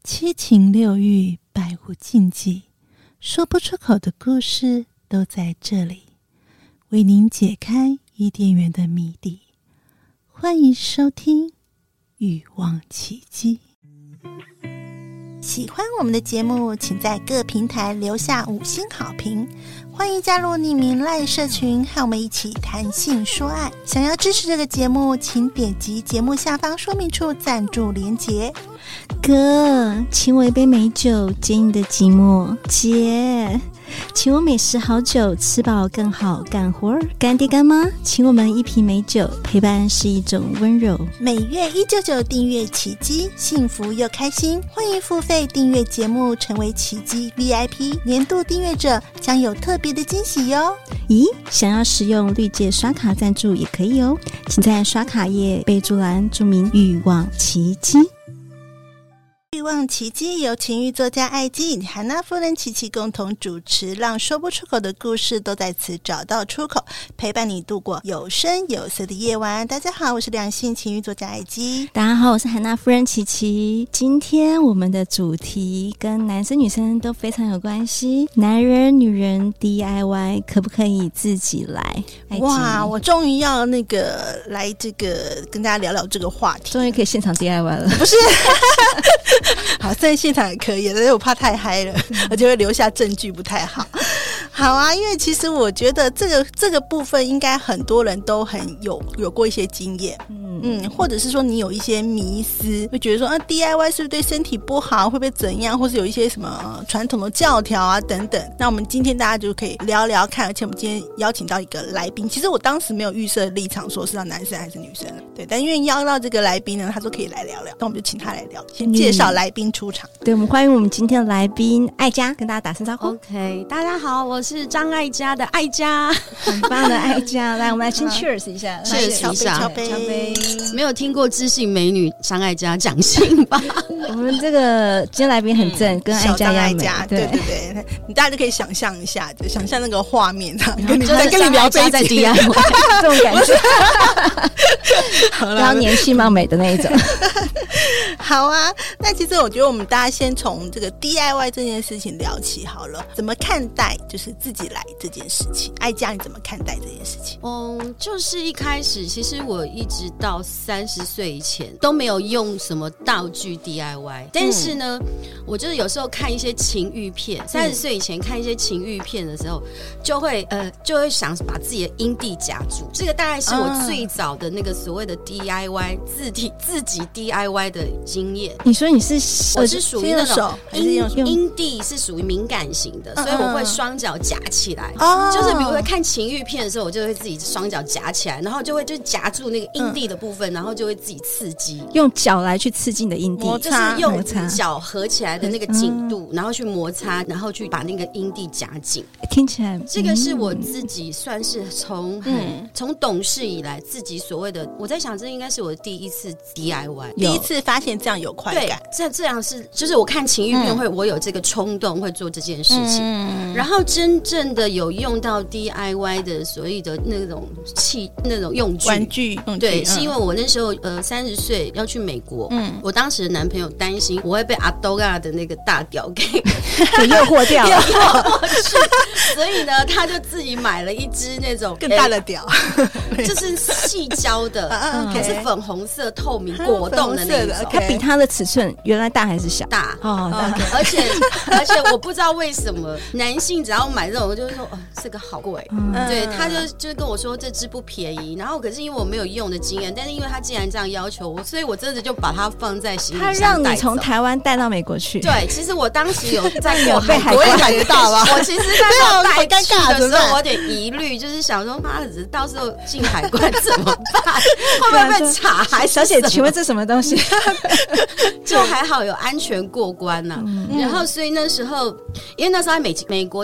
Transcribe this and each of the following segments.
七情六欲，百无禁忌，说不出口的故事都在这里，为您解开伊甸园的谜底。欢迎收听《欲望奇迹》。喜欢我们的节目，请在各平台留下5星好评。欢迎加入匿名LINE社群，和我们一起谈性说爱。想要支持这个节目，请点击节目下方说明处赞助连结。 哥，请我一杯美酒解你的寂寞。姐，请我美食好酒，吃饱更好干活儿。干爹干妈，请我们一瓶美酒，陪伴是一种温柔。 每月199订阅奇迹，幸福又开心。欢迎付费订阅节目，成为奇迹 VIP 年度订阅者，将有特别的惊喜哟。 咦，想要使用绿界刷卡赞助也可以哦，请在刷卡页备注栏注明欲望奇迹。 欲望奇迹由情欲作家艾姬与韩娜夫人琪琪共同主持，让说不出口的故事都在此找到出口，陪伴你度过有声有色的夜晚。大家好，我是两性情欲作家艾姬。 大家好，我是韩娜夫人琪琪。今天我们的主题跟男生女生都非常有关系，男人女人 DIY 可不可以自己来？ 哇，我终于要来跟大家聊聊这个话题， 终于可以现场 DIY 了。 不是好，在现场也可以，但是我怕太嗨了，而且会留下证据不太好。好啊，因为其实我觉得这个部分应该很多人都很有过一些经验，或者是说你有一些迷思，会觉得说DIY 是不是对身体不好，会不会怎样，或是有一些什么传统的教条啊等等。那我们今天大家就可以聊聊看，而且我们今天邀请到一个来宾，其实我当时没有预设立场说是要男生还是女生，对，但因为邀到这个来宾呢，他说可以来聊聊，那我们就请他来聊，先介绍来宾出场。 对，我们欢迎我们今天的来宾艾佳，跟大家打声招呼。 OK， 大家好，我是张艾嘉的艾嘉， 很棒的艾佳。来，我们来先 cheers 一下 ，cheers 一下， 敲杯。 没有听过知性美女张艾嘉讲性吧？ 我们这个今天来宾很正，跟艾嘉一样美。 对，你大家就可以想象一下，就想象那个画面，跟你聊这一在 DIY 这种感觉，然后年轻貌美的那一种。 好啊，那其实我觉得我们大家先从这个 DIY 这件事情聊起好了。怎么看待就是自己来这件事情？艾嘉你怎么看待这件事情？ 就是一开始其实我一直到30岁以前都没有用什么道具 DIY， 但是呢，我就是有时候看一些情欲片，30岁以前看一些情欲片的时候，就会想把自己的阴蒂夹住。这个大概是我最早的那个所谓的 DIY 自己 DIY 的经验。 你说我是属于那种用阴蒂是属于敏感型的，所以我会双脚夹起来。就是比如说看情欲片的时候，我就会自己双脚夹起来，然后就夹住那个阴蒂的部分，然后就会自己刺激， 用脚来去刺激你的阴蒂， 就是用脚合起来的那个紧度，然后去摩擦，然后去把那个阴蒂夹紧。 听起来这个是我自己算是从懂事以来自己所谓的，我在想这应该是我的第一次 DIY， 第一次发现这样有快感。 对，这样是就是我看情欲片我有这个冲动会做这件事情，然后真正的有用到 DIY 的所谓的那种用具玩具， 对，是因为我那时候30岁要去美国，我当时的男朋友担心我会被阿多嘎的那个大屌给诱惑掉了， 所以呢，他就自己买了一只那种更大的屌， 就是细胶的，还是粉红色透明果冻的那种。 它比它的尺寸原来大还是小？ 大而且我不知道为什么男性只要买这种，就是说这个好贵，对，他就跟我说这支不便宜，然后可是因为我没有用的经验，但是因为他既然这样要求我，所以我真的就把它放在行李箱带走。 他让你从台湾带到美国去。 对，其实我当时有在过被海关买得到吗？ 我其实那时候带去的时候，我有点疑虑，就是想说妈的，到时候进海关怎么办？会不会被查？还小姐，请问这什么东西？ 就还好有安全过关呐。然后所以那时候，因为那时候在美国待3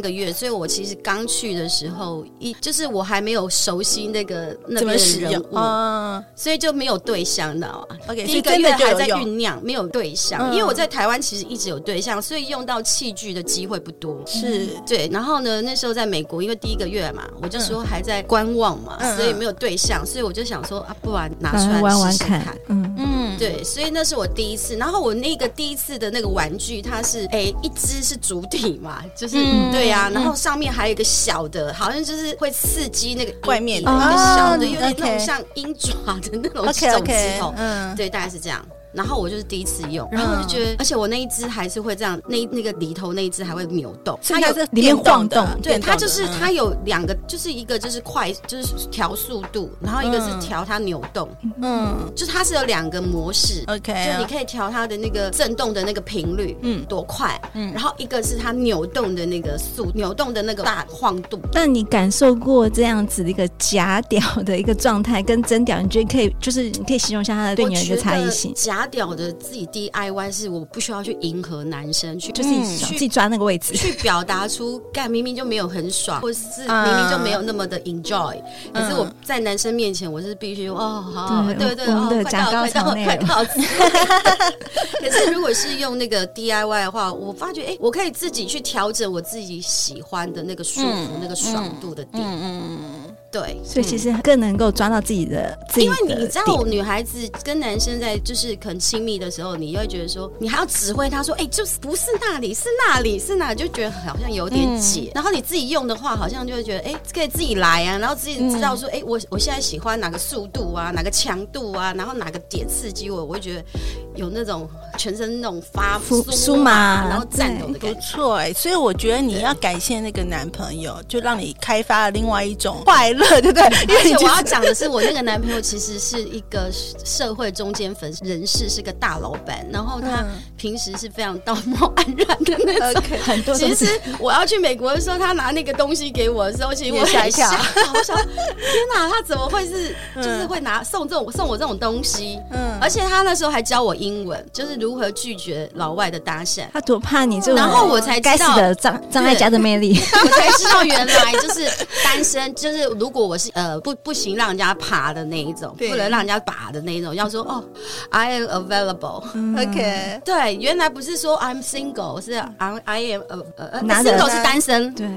3个月，所以我其实刚去的时候，就是我还没有熟悉那边的人物，所以就没有对象的。 OK， 第1个月还在酝酿，没有对象。因为我在台湾其实一直有对象，所以用到器具的机会不多。 是， 对。然后呢，那时候在美国，因为第1个月嘛，我就说还在观望嘛，所以没有对象，所以我就想说啊，不然拿出来试试看。对，所以那是我第一次。然后我那个第一次的那个玩具，它是一只是主体嘛，就是对啊，然后上面还有一个小的，好像就是会刺激那个外面的一个小的，有点那种像鹰爪的那种手指头，对，大概是这样。然后我就是第一次用，然后我就觉得，而且我那一只还是会这样，那个里头那一只还会扭动， 它有里面晃动， 对，它就是它有2个，就是一个就是快，就是调速度，然后一个是调它扭动，就是它是有2个模式 ，OK， 就你可以调它的那个震动的那个频率，多快，然后一个是它扭动的那个扭动的那个大晃度。 那你感受过这样子的一个假屌的一个状态跟真屌，你觉得可以，就是你可以形容一下它的对你的一个差异性？ 假屌的自己 DIY 是我不需要去迎合男生， 就是自己抓那个位置， 去表达出干明明就没有很爽，或是明明就没有那么的 enjoy，可是我在男生面前我是必须好，对， 假高潮内容。 可是如果是用那个 DIY 的话，我发觉我可以自己去调整我自己喜欢的那个舒服、那个爽度的点。对， 所以其实更能够抓到自己的因为你知道，女孩子跟男生在就是很亲密的时候，你会觉得说，你还要指挥他说，就是不是那里，是那里，是哪里，就觉得好像有点解。然后你自己用的话，好像就会觉得，可以自己来啊，然后自己知道说，我现在喜欢哪个速度啊，哪个强度啊，然后哪个点刺激我会觉得有那种全身那种发酥麻，然后颤抖的感觉。 不错所以我觉得你要感谢那个男朋友，就让你开发了另外一种快乐。对不对？ 而且我要讲的是，我那个男朋友其实是一个社会中间人士，是个大老板，然后他平时是非常道貌岸然的那种。 很多其实我要去美国的时候，他拿那个东西给我的时候，其实我吓一跳，我想天哪，他怎么会是就是会送我这种东西？而且他那时候还教我英文，就是如何拒绝老外的搭讪。 他多怕你这种， 然后我才知道该死的障碍家的魅力， 我才知道原来就是单身。就是如果我是不行让人家爬的那一种，不能让人家拔的那一种，要说I am available，OK， 对，原来不是说 I'm single， 是 I am single 是单身，对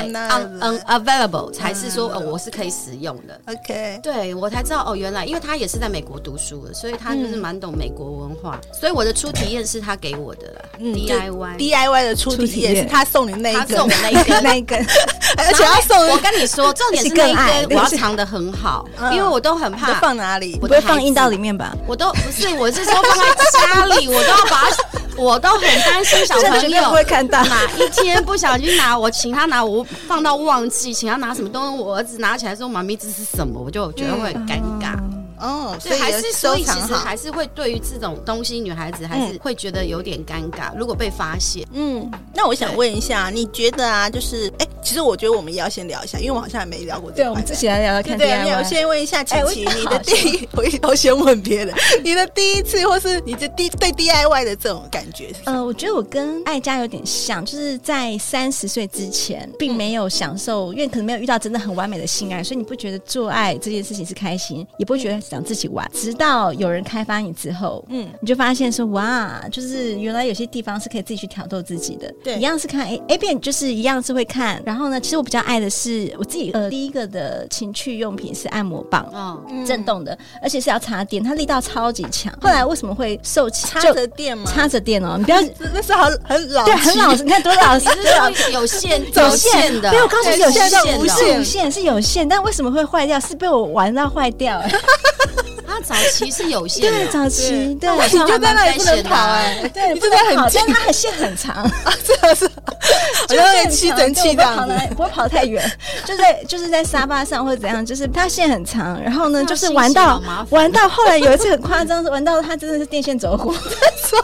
，unavailable 才是说我是可以使用的 ，OK， 对我才知道原来因为他也是在美国读书的，所以他就是蛮懂美国文化，所以我的初体验是他给我的啦，DIY 的初体验是他送你那一根， 他送我那一根， 而且他送我跟你说，重点是那一根我要藏得很好，因为我都很怕。 放哪里？ 不会放阴道里面吧？ 我都不是，我是说放在家里，我都要把它，我都很担心小朋友不会看到哪一天不小心我请他拿，我放到忘记，请他拿什么东西，我儿子拿起来说妈咪这是什么，我就觉得会很尴尬。 所以其实还是会对于这种东西，女孩子还是会觉得有点尴尬，如果被发现。 那我想问一下，你觉得啊，就是其实我觉得我们也要先聊一下，因为我好像还没聊过这个。 对，我们之前来聊聊看 DIY。 对，我先问一下琪琪，你的我先问别人，你的第一次或是你的对 DIY 的这种感觉是什么？ 我觉得我跟爱家有点像，就是在30岁之前，并没有享受，因为可能没有遇到真的很完美的性爱，所以你不觉得做爱这件事情是开心，也不会觉得想自己玩。直到有人开发你之后，你就发现说，哇，就是原来有些地方是可以自己去挑逗自己的。对，一样是看 A 片，就是一样是会看。然后呢，其实我比较爱的是我自己第一个的情趣用品是按摩棒，震动的，而且是要插电，它力道超级强。后来为什么会受插着电吗？ 插着电你不要那是很老， 对，很老，你看多老实， 是有线的。 对，我告诉你有线到无线是有线，但为什么会坏掉？是被我玩到坏掉。 它早期是有线的， 对，早期对， 你就在那里不能跑对， 你就在很近， 但它的线很长这样是好像吸尘器这样子， 不会跑太远，就是在沙发上或者怎样，就是它线很长，然后呢，就是玩到后来有一次很夸张，玩到它真的是电线走火。 等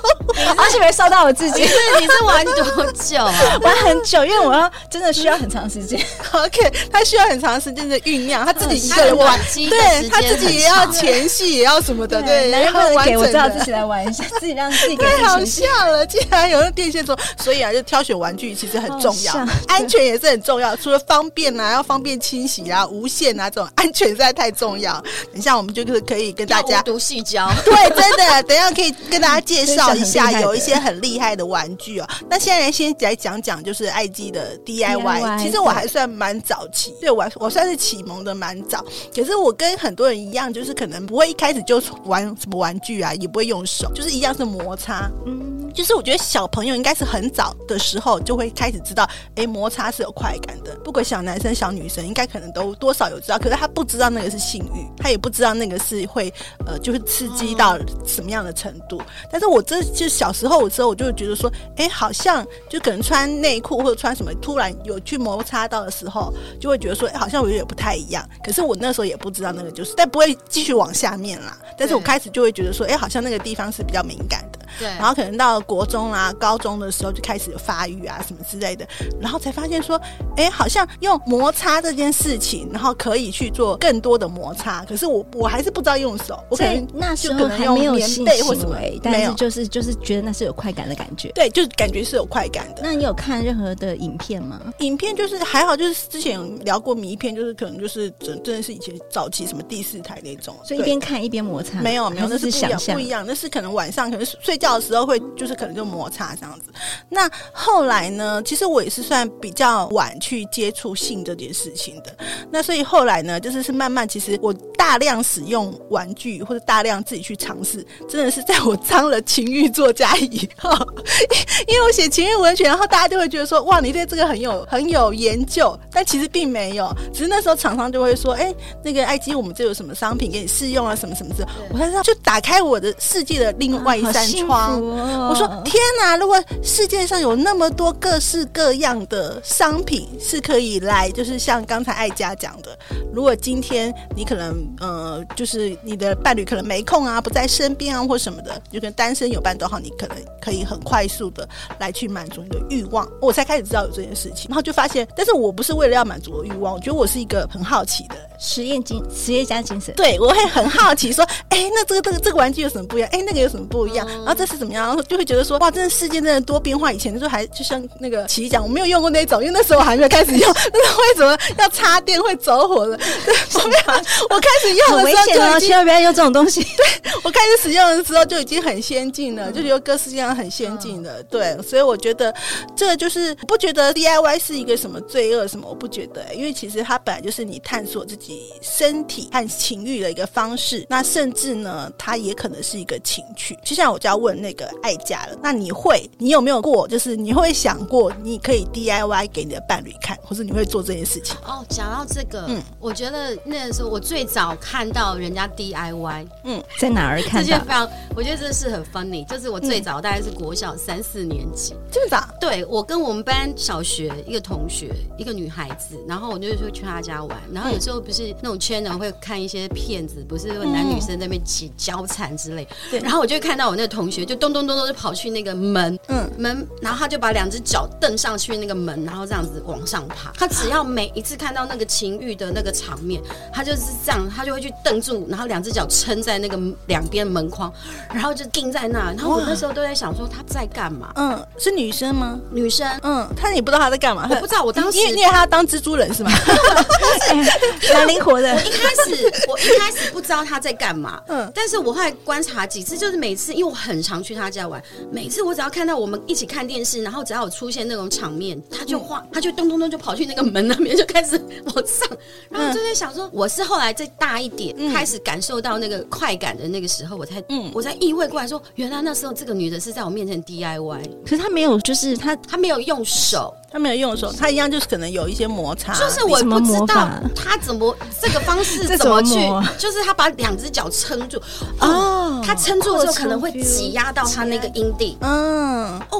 而且没烧到我自己。 你是玩多久啊？ 玩很久，因为我要真的需要很长时间。 OK， 他需要很长时间的酝酿，他自己一个人玩，对他自己也要前戏，也要什么的，对， 男人不能给我，只好自己来玩一下，自己让自己给太好笑了。竟然有人电线说，所以啊，就挑选玩具其实很重要，安全也是很重要。除了方便啊，要方便清洗啊，无线啊，这种安全实在太重要。等一下我们就是可以跟大家无毒矽胶， 对，真的，等一下可以跟大家介绍一下有一些很厉害的玩具哦。那现在先来讲讲就是爱基的 DIY， 其实我还算蛮早期，对我算是启蒙的蛮早。可是我跟很多人一样，就是可能不会一开始就玩什么玩具啊，也不会用手，就是一样是摩擦。就是我觉得小朋友应该是很早的时候就会开始知道，摩擦是有快感的。不管小男生小女生，应该可能都多少有知道，可是他不知道那个是性欲，他也不知道那个是会就是刺激到什么样的程度。但是我这就小时候的时候，我就会觉得说，好像就可能穿内裤或者穿什么，突然有去摩擦到的时候，就会觉得说，好像我有点不太一样。可是我那时候也不知道那个就是，但不会继续往下面啦。但是我开始就会觉得说，好像那个地方是比较敏感的。 对， 然后可能到国中啊、高中的时候就开始有发育啊什么之类的，然后才发现说，好像用摩擦这件事情，然后可以去做更多的摩擦。可是我还是不知道用手，我可能那时候还没有性行为，但是就是觉得那是有快感的感觉。 对，就是感觉是有快感的。 那你有看任何的影片吗？ 影片就是还好，就是之前有聊过迷片，就是可能就是真的是以前早期什么第4台那种， 所以一边看一边摩擦。 没有，那是想象不一样，那是可能晚上可能睡觉的时候会就是可能就摩擦这样子。那后来呢，其实我也是算比较晚去接触性这件事情的。那所以后来呢，就是慢慢，其实我大量使用玩具或者大量自己去尝试，真的是在我当了情欲作家以后，因为我写情欲文学，然后大家就会觉得说，哇，你对这个很有研究，但其实并没有。只是那时候厂商就会说，那个爱基我们这有什么商品给你试用啊，什么什么的，我才知道，就打开我的世界的另外一扇窗。我说天哪，如果世界上有那么多各式各样的商品是可以来，就是像刚才爱家讲的，如果今天你可能就是你的伴侣可能没空啊，不在身边啊或什么的，就跟单身有伴都好，你可能可以很快速的来去满足你的欲望。我才开始知道有这件事情，然后就发现，但是我不是为了要满足我的欲望，我觉得我是一个很好奇的实业家精神。 对，我会很好奇说，那这个玩具有什么不一样？那个有什么不一样？然后这是怎么样？然后就会觉得说，哇，真的世界真的多变化。以前的时候还就像那个奇讲，我没有用过那种，因为那时候我还没有开始用，那会怎么要插电会走火的？对，我开始用的时候就很危险哦，千万不要用这种东西。 对，我开始使用的时候就已经很先进了，就是有各式各样很先进的。对，所以我觉得这个就是不觉得 DIY 是一个什么罪恶什么，我不觉得，因为其实它本来就是你探索自己身体和情欲的一个方式。那甚至呢，它也可能是一个情趣。就像我就要问那个爱家了，那你有没有过，就是你会想过你可以 DIY 给你的伴侣看，或是你会做这件事情？ 讲到这个，我觉得那个时候我最早看到人家 DIY， 在哪儿看到？ 这件非常，我觉得这是很 funny，就是我最早大概是国小3、4年级， 这么早？ 对，我跟我们班小学一个同学，一个女孩子，然后我就会去她家玩，然后有时候不是那种channel会看一些片子，不是男女生在那边起交缠之类，然后我就会看到我那个同学就咚咚咚咚就跑去那个门，然后他就把2只脚蹬上去那个门，然后这样子往上爬。他只要每一次看到那个情欲的那个场面，他就是这样，他就会去蹬住，然后2只脚撑在那个两边门框，然后就定在那。然后我那时候都在想说他在干嘛？ 是女生吗？ 女生。 他也不知道他在干嘛。 我不知道，我当时因为他当蜘蛛人是吗？ 蛮灵活的。 我一开始不知道他在干嘛，但是我后来观察几次，就是每次因为我很常去他家玩，每次我只要看到我们一起看电视，然后只要有出现那种场面，他就咚咚咚就跑去那个门那边就开始往上，然后就在想说，我是后来再大一点，开始感受到那个快感的那个时候，我才意会过来说，原来那时候这个女的是在我面前 DIY， 可是她没有，就是她没有用手。 他没有用手，他一样就是可能有一些摩擦， 就是我不知道他怎么这个方式怎么去，就是他把2只脚撑住，他撑住的时候可能会挤压到他那个阴蒂，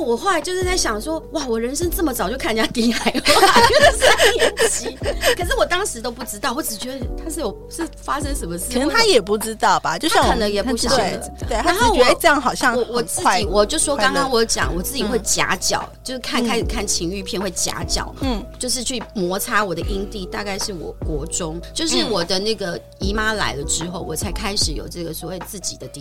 我后来就是在想说，哇，我人生这么早就看人家 DIY， 原来是3年级。可是我当时都不知道，我只觉得他是发生什么事， 可能他也不知道吧，就像他可能也不晓得。 对，他只觉得这样好像我自己，我就说刚刚我讲，我自己会夹脚，就是开始看情欲片会夹脚，就是去摩擦我的阴蒂。大概是我国中，就是我的那个姨妈来了之后，我才开始有这个所谓自己的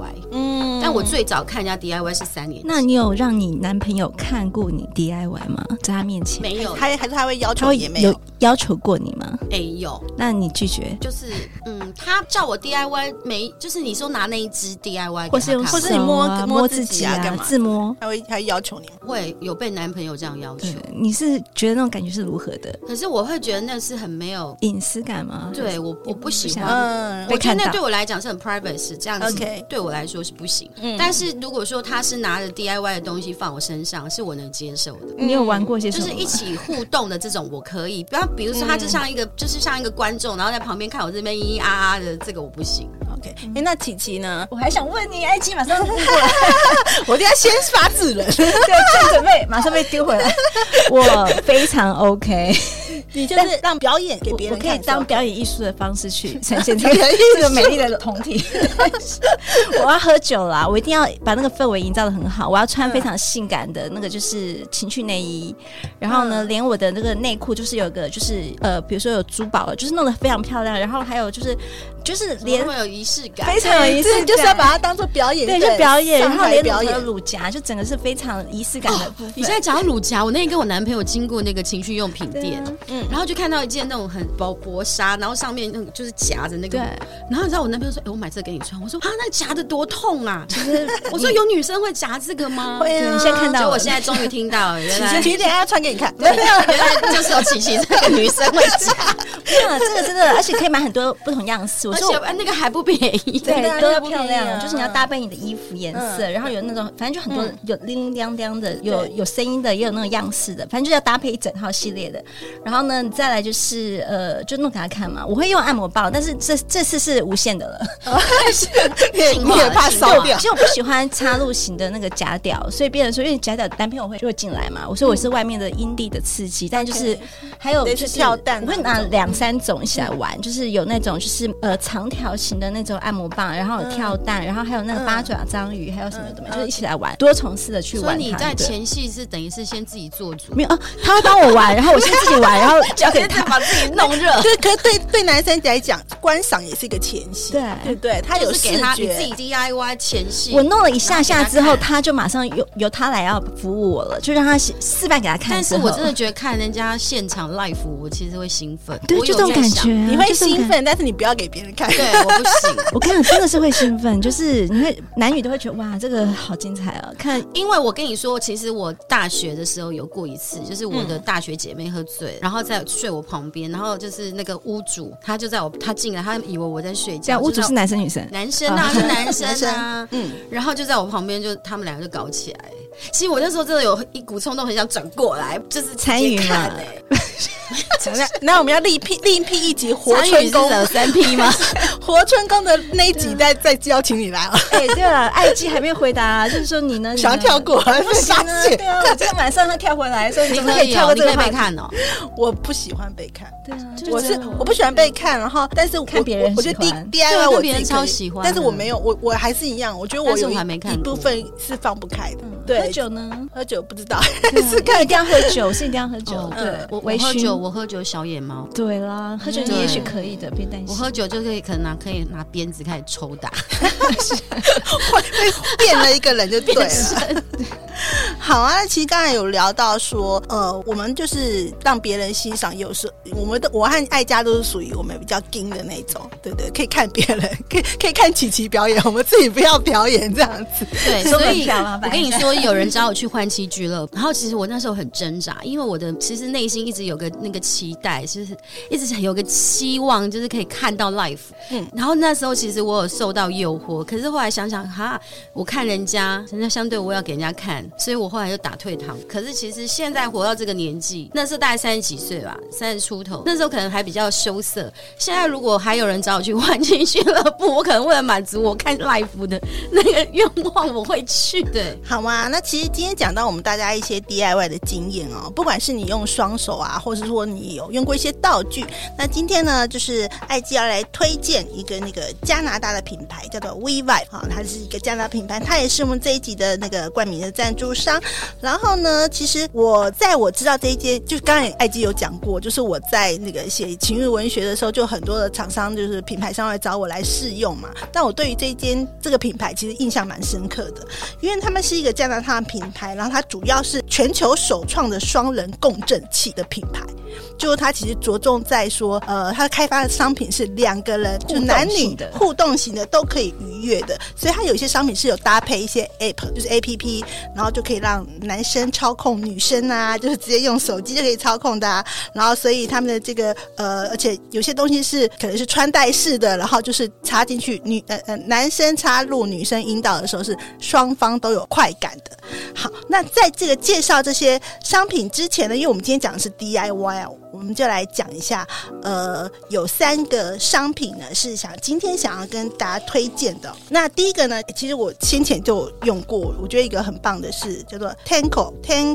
DIY。但我最早看人家 DIY 是3年级。 那你有让你男朋友看过你 DIY 吗？在他面前没有， 还是他会要求，也没有要求过你吗？ 有。 那你拒绝？ 就是他叫我 DIY 就是你说拿那一支 DIY， 或是用或是你摸自己啊，干嘛自摸？ 他会要求你吗？ 会有被男朋友这样要求。 你是觉得那种感觉是如何的？ 可是我会觉得那是很没有隐私感吗？ 对，我不喜欢。我觉得那对我来讲是很 private 事，这样子对我来说是不行。但是如果说他是拿着 DIY 的东西放我身上，是我能接受的。 你有玩过些什么？ 就是一起互动的这种，我可以。比如说他就像一个观众，然后在旁边看我这边咿咿啊啊的，这个我不行。 OK， 那琪琪呢？ 我还想问你，埃及马上过来， 我等下先发制人， 对，正准备马上被丢回来。我非常 OK。 你就是让表演给别人看， 我可以当表演艺术的方式去呈现这个美丽的酮体。我要喝酒啦，我一定要把那个氛围营造得很好。我要穿非常性感的那个就是情趣内衣，然后呢，连我的那个内裤就是有个就是比如说有珠宝，就是弄得非常漂亮，然后还有就是连会有仪式感， 非常有仪式感， 就是要把它当做表演， 对，就表演，然后连表演乳夹，就整个是非常仪式感的部分。 你现在讲到乳夹，我那天跟我男朋友经过那个情趣用品店，然后就看到一件那种很薄纱，然后上面那种就是夹着那个，然后你知道我男朋友说：“我买这个给你穿。”我说：“啊，那夹的多痛啊！”其实我说有女生会夹这个吗？ 会啊， 你现在看到， 就我现在终于听到了，原来琪琪等一下要穿给你看， 原来就是有琪琪这个女生会夹。 这个真的，而且可以买很多不同样式， 而且那个还不便宜， 对，都要漂亮，就是你要搭配你的衣服颜色，然后有那种反正就很多有铃铃铛铛的，有声音的，也有那种样式的，反正就是要搭配一整套系列的。然后呢，再来就是就弄给他看嘛。我会用按摩棒，但是这次是无限的了， 你也怕烧掉。 其实我不喜欢插入型的那个假屌，所以别人说因为假屌男朋友就会进来嘛，我说我是外面的阴蒂的刺激，但就是还有就是跳蛋， 我会拿2-3种一起来玩，就是有那种就是长条型的那种按摩棒，然后有跳蛋，然后还有那个八爪章鱼，还有什么的，就是一起来玩，多重次的去玩。 所以你在前戏是等于是先自己做主， 没有他会帮我玩，然后我先自己玩，然后交给他把自己弄热。 可是对男生来讲，观赏也是一个前戏，对对，他有视觉， 你自己 DIY 前戏。 我弄了一下之后，他就马上由他来要服务我了，就让他示范给他看。 但是我真的觉得看人家现场 live， 我其实会兴奋， 对，就这种感觉， 你会兴奋，但是你不要给别人看。 对，我不行。 我跟你讲，真的是会兴奋，就是你会男女都会觉得哇，这个好精彩啊！看， 因为我跟你说，其实我大学的时候有过一次，就是我的大学姐妹喝醉，然后在睡我旁边，然后就是那个屋主，他就他进来，他以为我在睡觉。 屋主是男生女生？ 男生啊，是男生啊。然后就在我旁边，就他们两个就搞起来。其实我那时候真的有一股冲动，很想转过来，就是参与嘛。 那我们要另辟一集活春宫 3P 吗？ 活春宫的那一集再邀请你来了。 哎，对了，爱姬还没有回答，就是说你呢？ 想要跳过， 不行啊！对啊，我今天晚上他跳回来，所以你可以跳过这个被看哦。 我不喜欢被看， 对啊， 我不喜欢被看，然后但是看别人， 我觉得 DIY 我别人超喜欢， 但是我没有，我还是一样，我觉得我有一部分是放不开的。对， 喝酒呢？ 喝酒不知道， 是看一定要喝酒，是一定要喝酒。对， 我喝酒小野猫。 对啦，喝酒你也许可以的，别担心。 我喝酒就可以拿鞭子开始抽打， 会变了一个人就对了。好啊，其实刚才有聊到说，我们就是让别人欣赏，有时我和爱家都是属于我们比较硬的那种，对对，可以看别人，可以看琪琪表演，我们自己不要表演这样子。 对，所以我跟你说，有人找我去换妻俱乐部，然后其实我那时候很挣扎，因为我的其实内心一直有个那个期待，就是一直有个期望，就是可以看到 live。然后那时候其实我有受到诱惑，可是后来想想，我看人家相对我要给人家看，所以我后后来又打退堂。可是其实现在活到这个年纪，那时候大概30几岁吧，30出头，那时候可能还比较羞涩。现在如果还有人找我去万金俱乐部，我可能为了满足我看 live 的那个愿望，我会去。对， 好吗？那其实今天讲到我们大家一些 DIY 的经验哦，不管是你用双手啊，或者说你有用过一些道具，那今天呢，就是艾姬要来推荐一个那个加拿大的品牌，叫做 WeVibe 啊，它是一个加拿大品牌，它也是我们这一集的那个冠名的赞助商。然后呢，其实我知道这一间，就刚才艾姬有讲过，就是我在那个写情欲文学的时候，就很多的厂商就是品牌商来找我来试用嘛。但我对于这个品牌其实印象蛮深刻的，因为他们是一个加拿大的品牌，然后它主要是全球首创的双人共振器的品牌。就是它其实着重在说，它开发的商品是2个人，就男女的互动型的都可以愉悦的，所以它有一些商品是有搭配一些 app， 就是 APP， 然后就可以让男生操控女生啊，就是直接用手机就可以操控的啊。然后所以他们的这个而且有些东西是可能是穿戴式的，然后就是插进去男生插入女生引导的时候是双方都有快感的。好，那在这个介绍这些商品之前呢，因为我们今天讲的是 DIY 啊，我们就来讲一下有3个商品呢是今天想要跟大家推荐的。那第一个呢，其实我先前就有用过，我觉得一个很棒的是叫做 Tango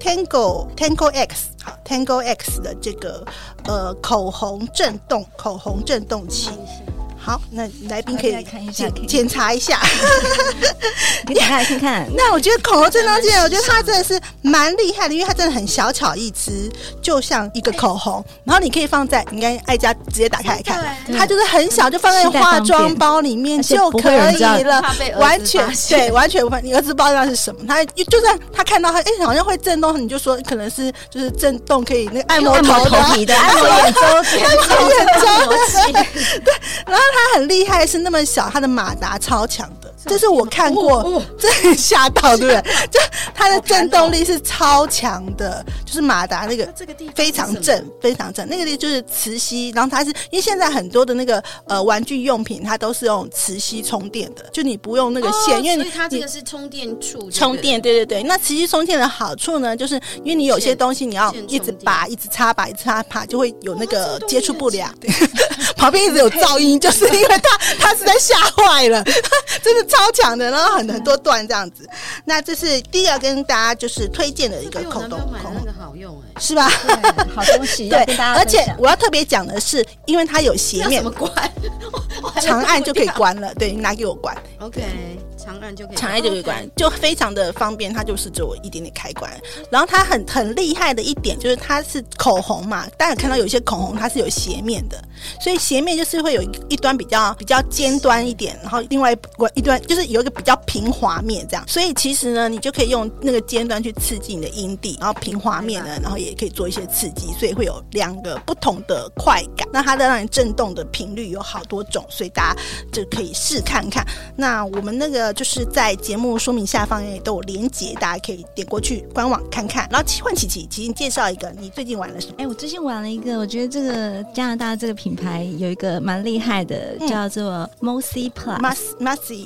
X， 好 Tango X 的这个口红震动器。好，那来宾可以检查一下， 你打开来看看。 那我觉得口红震动器，我觉得它真的是蛮厉害的，因为它真的很小巧一支，就像一个口红，然后你可以放在，你看艾嘉直接打开来看，它就是很小，就放在化妆包里面就可以了，完全不怕。你儿子不知道那是什么，他就算他看到他好像会震动，你就说可能是就是震动可以那个按摩头皮的，按摩眼周的，对，然后它很厉害，是那么小，它的马达超强的，这是我看过，这很吓到，对不对？就它的震动力是超强的，就是马达那个非常正，那个就是磁吸，然后它是因为现在很多的那个玩具用品，它都是用磁吸充电的，就你不用那个线，因为所以它这个是充电处， 充电，对。那磁吸充电的好处呢，就是因为你有些东西你要一直拔，一直插拔，就会有那个接触不良，旁边一直有噪音，就是因为他实在吓坏了，真的超强的，然后很多段这样子。那这是第一个跟大家就是推荐的一个口红， 那个好用是吧？ 好东西要跟大家分享。 而且我要特别讲的是，因为它有斜面， 怎么关？ 长按就可以关了。对，你拿给我关。 OK， 长按就可以关， 就非常的方便。它就是只有一点点开关。然后它很厉害的一点就是它是口红嘛，大家看到有些口红它是有斜面的，所以斜面就是会有一端比较尖端一点，然后另外一端就是有一个比较平滑面这样。所以其实呢，你就可以用那个尖端去刺激你的阴蒂，然后平滑面呢，然后也可以做一些刺激，所以会有2个不同的快感。那它的让你震动的频率有好多种，所以大家就可以试看看。那我们那个就是在节目说明下方也都有连结，大家可以点过去官网看看。然后换琪琪介绍一个你最近玩了什么？ 我最近玩了一个，我觉得这个加拿大这个品牌有一个蛮厉害的，叫做 Mossy Plus，Mossy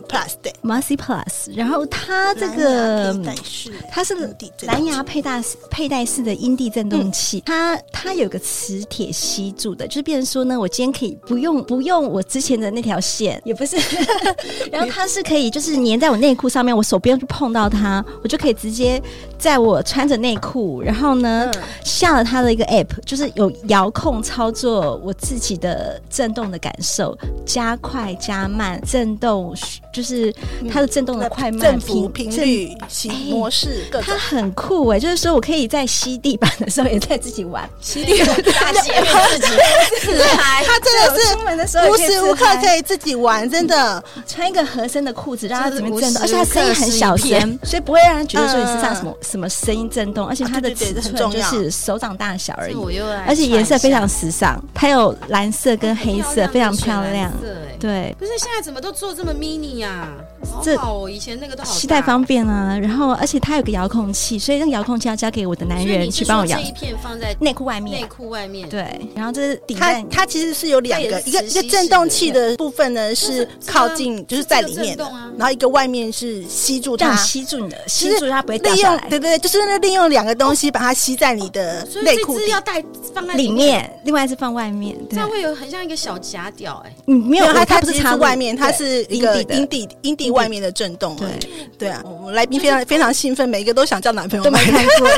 Plus。然后它这个它是蓝牙佩戴式的阴蒂震动器，它有个磁铁吸住的，就是变成说呢，我今天可以不用我之前的那条线，也不是，然后它是可以就是粘在我内裤上面，我手不用去碰到它，我就可以直接在我穿着内裤，然后呢下了它的一个 app， 就是有遥控操作我自己的震动的感受，加快加慢震动，就是它的震动的快慢振幅频率模式各种， 它很酷就是说我可以在吸地板的时候也在自己玩， 吸地板大姐自己自嗨， 它真的是出门的时候无时无刻可以自己玩，真的穿一个合身的裤子让它怎么震动，而且它声音很小声，所以不会让人觉得说你身上什么声音震动，而且它的尺寸就是手掌大小而已，而且颜色非常时尚，它有蓝色跟黑色，非常漂亮。对， 不是现在怎么都做这么 mini 啊？ 这好哦，以前那个都好大， 携带方便啊，然后而且它有个遥控器，所以那个遥控器要交给我的男人去帮我摇。 这一片放在内裤外面， 内裤外面， 对，然后这是顶在它其实是有两个，一个震动器的部分呢是靠近，就是在里面的，然后一个外面是吸住它， 吸住你的，吸住它不会掉下来。 对对对，就是利用两个东西把它吸在你的内裤底，要带放在里面，另外是放外面， 这样会有很像一个小夹屌没有，它不是插外面，它是一个阴蒂外面的震动。对啊，我们来宾非常兴奋，每一个都想叫男朋友都没看过，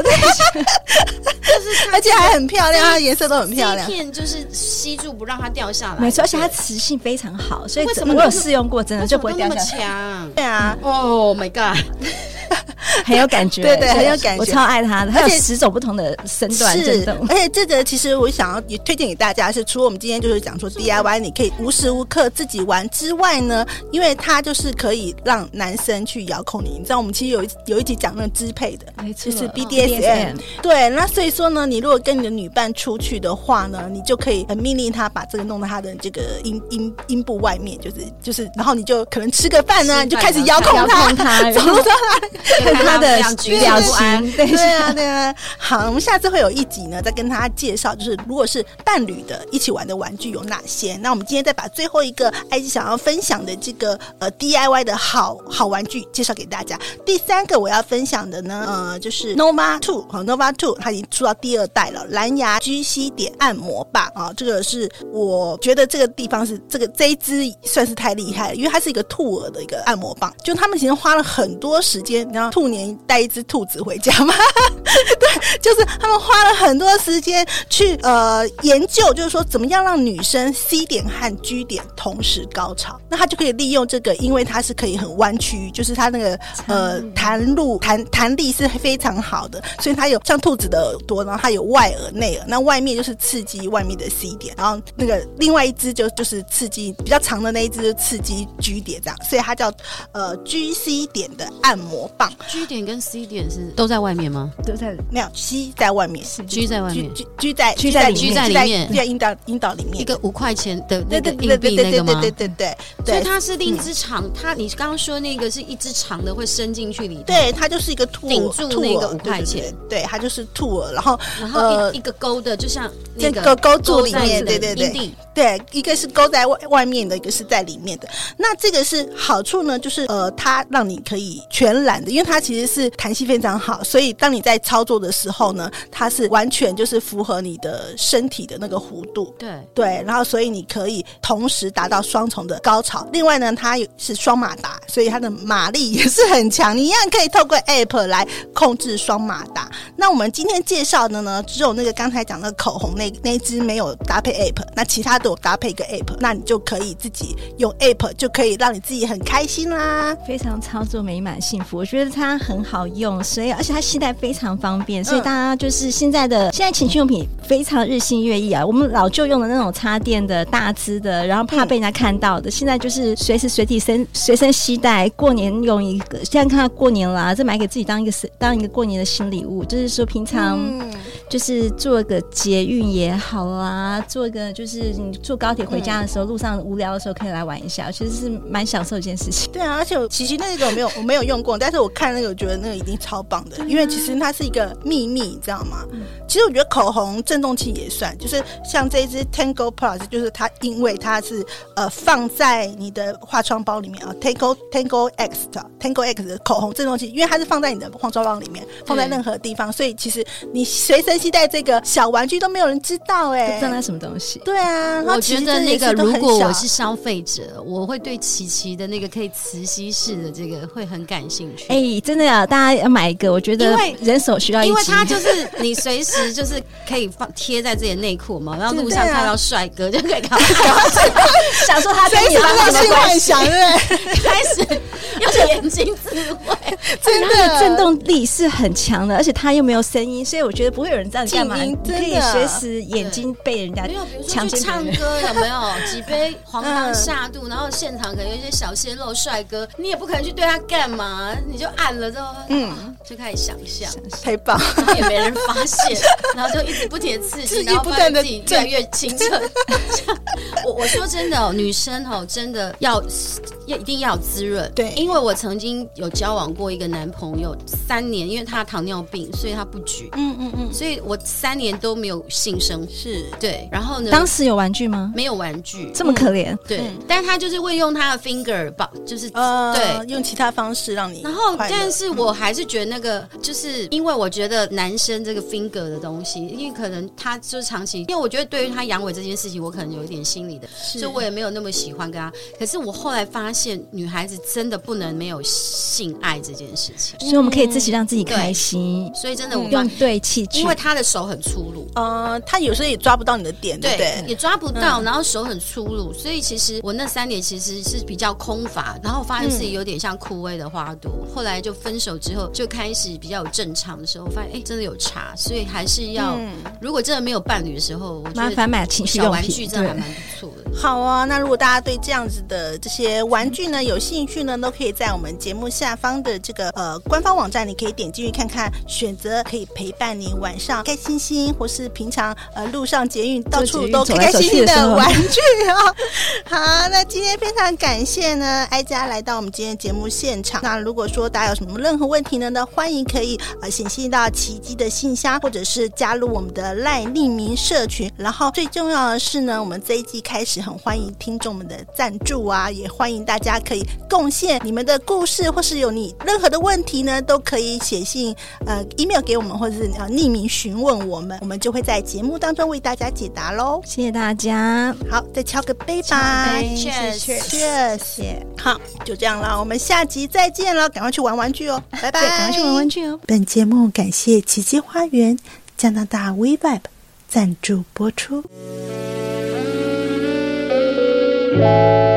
而且还很漂亮，它的颜色都很漂亮。 这片就是吸住不让它掉下来， 没错，而且它磁性非常好，所以我有试用过，真的就不会掉下来。 强， 对啊 ，Oh my god。 很有感觉， 对，很有感觉， 我超爱它的，它有10种不同的身段震动。 而且这个其实我想要也推荐给大家是，除了我们今天就是讲说 DIY 你可以无时无刻自己玩之外呢，因为它就是可以让男生去遥控你。你知道我们其实有一集讲那个支配的，就是 BDSM，对，那所以说呢，你如果跟你的女伴出去的话呢，你就可以很命令他把这个弄到他的这个阴部外面，就是，然后你就可能吃个饭呢，你就开始遥控他，走路到他的表情， 对啊。好，我们下次会有一集呢，再跟大家介绍，就是如果是伴侣的一起玩的玩具有哪些。那我们今天再把最后一个艾姬想要分享的这个DIY 的好玩具介绍给大家。第3个我要分享的呢，就是 Nova 2，它已经出到第2代了，蓝牙居吸点按摩棒啊，这个是我觉得这个地方是这一支算是太厉害了，因为它是一个兔耳的一个按摩棒，就他们其实花了很多时间，然后兔年带一只兔子回家嘛，对，就是他们花了很多时间去研究，就是说怎么样让女生 C 点和 G 点同时高潮，那他就可以利用这个，因为它是可以很弯曲，就是它那个弹力是非常好的，所以它有像兔子的耳朵，然后它有外耳内耳，那外面就是刺激外面的 C 点，然后那个另外一只就是刺激比较长的那一只就刺激 G 点这样，所以它叫GC 点的按摩棒。 G 点跟 C 点是都在外面吗？ 都在没有 C 在外面， G 在外面 ，G 在里面，在阴道里面， 一个5块钱的那个硬币那个吗？ 对， 所以它是另一只长，你刚刚说那个是一只长的会伸进去里头， 对，它就是一个兔顶住那个5块钱， 对，它就是兔耳，然后一个勾的，就像那个勾住里面，对，一个是勾在外面的，一个是在里面的。那这个是好处呢，就是它让你可以全然的，因为它其实是弹性非常好，所以当你在操作的时候呢，它是完全就是符合你的身体的那个弧度，对，然后所以你可以同时达到双重的高潮。另外呢，它是双马达，所以它的马力也是很强，你一样可以透过 App 来控制双马达。那我们今天介绍的呢，只有那个刚才讲的口红那一支没有搭配 App， 那其他都有搭配一个 App， 那你就可以自己用 App 就可以让你自己很开心啦， 非常操作美满幸福。我觉得它很好用，所以而且它携带非常方便，所以大家就是现在情趣用品非常日新月异啊。我们老旧用的那种插电的大支的，然后怕被人家看到的，现在就是随时随地随身携带，过年用一个。现在看到过年啦，这买给自己当一个过年的新礼物，就是说平常就是做个捷运也好啦，做一个就是你坐高铁回家的时候，路上无聊的时候可以来玩一下，其实是蛮享受一件事情。 对啊，而且其实那个我没有用过，但是我看那个我觉得那个已经超棒的，因为其实它是一个秘密，你知道吗？其实我觉得口红震动器也算，就是像这一支 Tango Plus， 就是它因为它是放在你的化妆包里面啊 ，Tango X 的口红震动器，因为它是放在你的化妆包里面，放在任何地方，所以其实你随身携带这个小玩具都没有人知道不知道它什么东西。 对啊， 我觉得那个如果我是消费者，我会对琪琪的那个可以磁吸式的这个会很感兴趣。 真的啊，大家要买一个，我觉得人手需要一机， 因为它就是你随时就是可以贴在自己的内裤嘛，然后路上看到帅哥就可以看到， 想说他跟你发生什么关系， 开始用眼睛自慰， 真的震动力是很强的，而且它又没有声音，所以我觉得不会有人知道你干嘛， 静音你可以随时眼睛被人家没有，比如说强奸去唱歌有没有几杯黄汤下肚，然后现场可能有一些小鲜肉帅哥，你也不可能去对他干嘛，你就按了之后，就开始想象， 太棒， 然后也没人发现，然后就一直不停的刺激，然后发现自己越来越清澈。我说真的女生真的一定要有滋润， 对， 因为我曾经有交往过一个男朋友3年，因为他糖尿病，所以他不举，所以我3年都没有性生活， 是对，然后呢， 当时有玩具吗？ 没有玩具， 这么可怜， 对，但是他就是会用他的 finger 就是对， 用其他方式让你然后但是我还是觉得那个就是因为我觉得男生这个 finger 的东西，因为可能他就是长期，因为我觉得对于他阳痿这件事情我可能有一点心理的，所以我也没有那么喜欢跟他，可是我后来发现女孩子真的不能没有性爱这件事情， 所以我们可以自己让自己开心， 所以真的我们用对器具， 因为他的手很粗鲁， 他有时候也抓不到你的点，对不对？ 也抓不到，然后手很粗鲁，所以其实我那3年其实是比较空乏，然后发现自己有点像枯萎的花朵，后来就分手之后就开始比较有正常的时候，发现真的有差，所以还是要，如果真的没有伴侣的时候，我觉得麻烦买情趣用品， 小玩具真的还蛮不错的。 好啊，那如果大家对这样子的这些玩具呢有兴趣呢，都可以在我们节目下方的这个官方网站，你可以点进去看看，选择可以陪伴你晚上开心心，或是平常路上捷运到处都开开心心的玩具哦。好，那今天非常感谢呢哀家来到我们今天节目现场。那如果说大家有什么任何问题呢，欢迎可以写信到奇迹的信箱，或者是加入我们的LINE匿名社群。然后最重要的是呢，我们这一季开始很欢迎听众们的赞助啊，也欢迎大家可以贡献你们的故事，或是有你任何的问题呢，都可以写信email 给我们，或者是匿名询问我们，我们就会在节目当中为大家解答咯。 谢谢大家， 好，再敲个杯吧 ，Cheers， 好，就这样了，我们下集再见了，赶快去玩玩具哦，拜拜， 赶快去玩玩具哦。 本节目感谢奇迹花园加拿大 WeWeb 赞助播出。